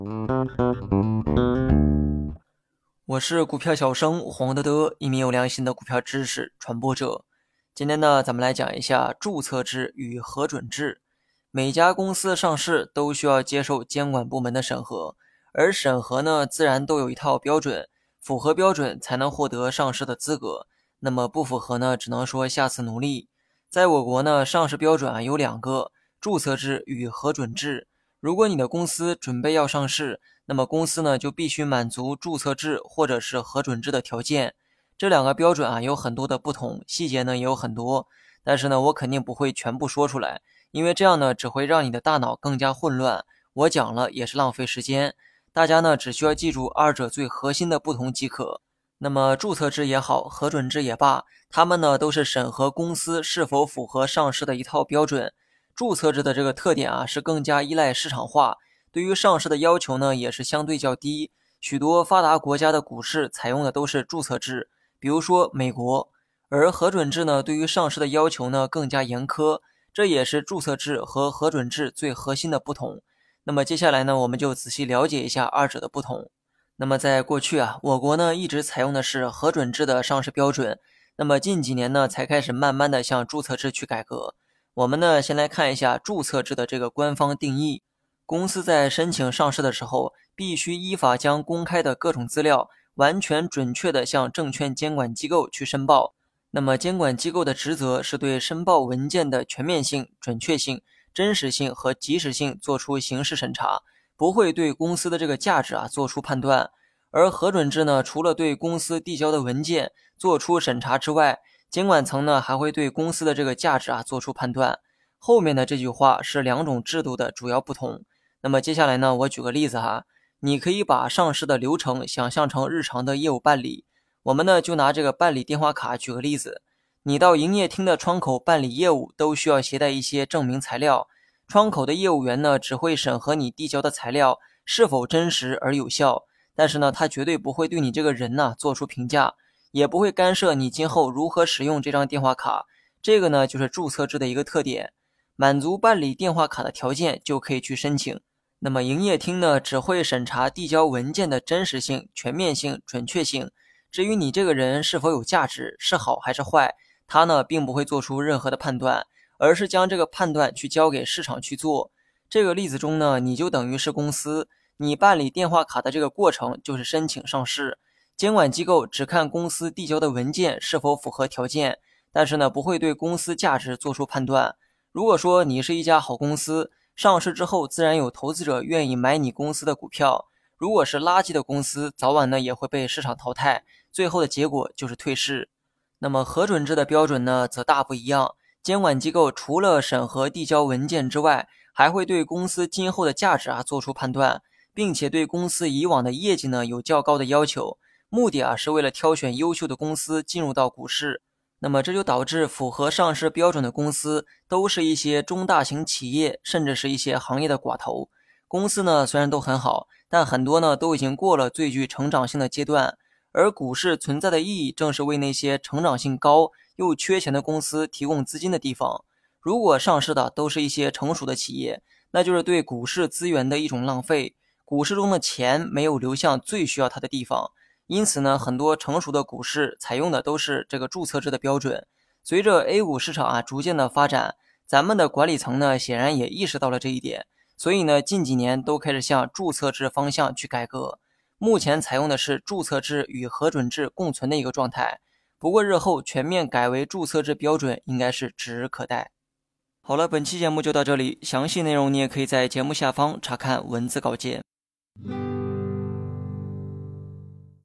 我是股票小生黄德德，一名有良心的股票知识传播者。今天呢，咱们来讲一下注册制与核准制。每家公司上市都需要接受监管部门的审核，而审核呢，自然都有一套标准，符合标准才能获得上市的资格。那么不符合呢，只能说下次努力。在我国呢，上市标准有两个，注册制与核准制。如果你的公司准备要上市，那么公司呢就必须满足注册制或者是核准制的条件。这两个标准有很多的不同，细节呢也有很多，但是呢我肯定不会全部说出来，因为这样呢只会让你的大脑更加混乱，我讲了也是浪费时间。大家呢只需要记住二者最核心的不同即可。那么注册制也好，核准制也罢，它们呢都是审核公司是否符合上市的一套标准。注册制的这个特点是更加依赖市场化，对于上市的要求呢也是相对较低。许多发达国家的股市采用的都是注册制，比如说美国。而核准制呢对于上市的要求呢更加严苛，这也是注册制和核准制最核心的不同。那么接下来呢我们就仔细了解一下二者的不同。那么在过去我国呢一直采用的是核准制的上市标准，那么近几年呢才开始慢慢的向注册制去改革。我们呢先来看一下注册制的这个官方定义。公司在申请上市的时候，必须依法将公开的各种资料完全准确地向证券监管机构去申报。那么监管机构的职责是对申报文件的全面性、准确性、真实性和及时性做出刑事审查，不会对公司的这个价值做出判断。而核准制呢，除了对公司递交的文件做出审查之外，监管层呢还会对公司的这个价值做出判断。后面的这句话是两种制度的主要不同。那么接下来呢，我举个例子你可以把上市的流程想象成日常的业务办理。我们呢就拿这个办理电话卡举个例子，你到营业厅的窗口办理业务都需要携带一些证明材料，窗口的业务员呢只会审核你递交的材料是否真实而有效，但是呢他绝对不会对你这个人做出评价，也不会干涉你今后如何使用这张电话卡。这个呢就是注册制的一个特点，满足办理电话卡的条件就可以去申请。那么营业厅呢只会审查递交文件的真实性、全面性、准确性，至于你这个人是否有价值，是好还是坏，他呢并不会做出任何的判断，而是将这个判断去交给市场去做。这个例子中呢，你就等于是公司，你办理电话卡的这个过程就是申请上市，监管机构只看公司递交的文件是否符合条件，但是呢不会对公司价值做出判断。如果说你是一家好公司，上市之后自然有投资者愿意买你公司的股票，如果是垃圾的公司，早晚呢也会被市场淘汰，最后的结果就是退市。那么核准制的标准呢则大不一样，监管机构除了审核递交文件之外，还会对公司今后的价值做出判断，并且对公司以往的业绩呢有较高的要求，目的是为了挑选优秀的公司进入到股市。那么这就导致符合上市标准的公司都是一些中大型企业，甚至是一些行业的寡头。公司呢虽然都很好，但很多呢都已经过了最具成长性的阶段，而股市存在的意义正是为那些成长性高又缺钱的公司提供资金的地方。如果上市的都是一些成熟的企业，那就是对股市资源的一种浪费，股市中的钱没有流向最需要它的地方。因此呢，很多成熟的股市采用的都是这个注册制的标准。随着 A 股市场逐渐的发展，咱们的管理层呢显然也意识到了这一点，所以呢近几年都开始向注册制方向去改革。目前采用的是注册制与核准制共存的一个状态，不过日后全面改为注册制标准应该是指日可待。好了，本期节目就到这里，详细内容你也可以在节目下方查看文字稿件。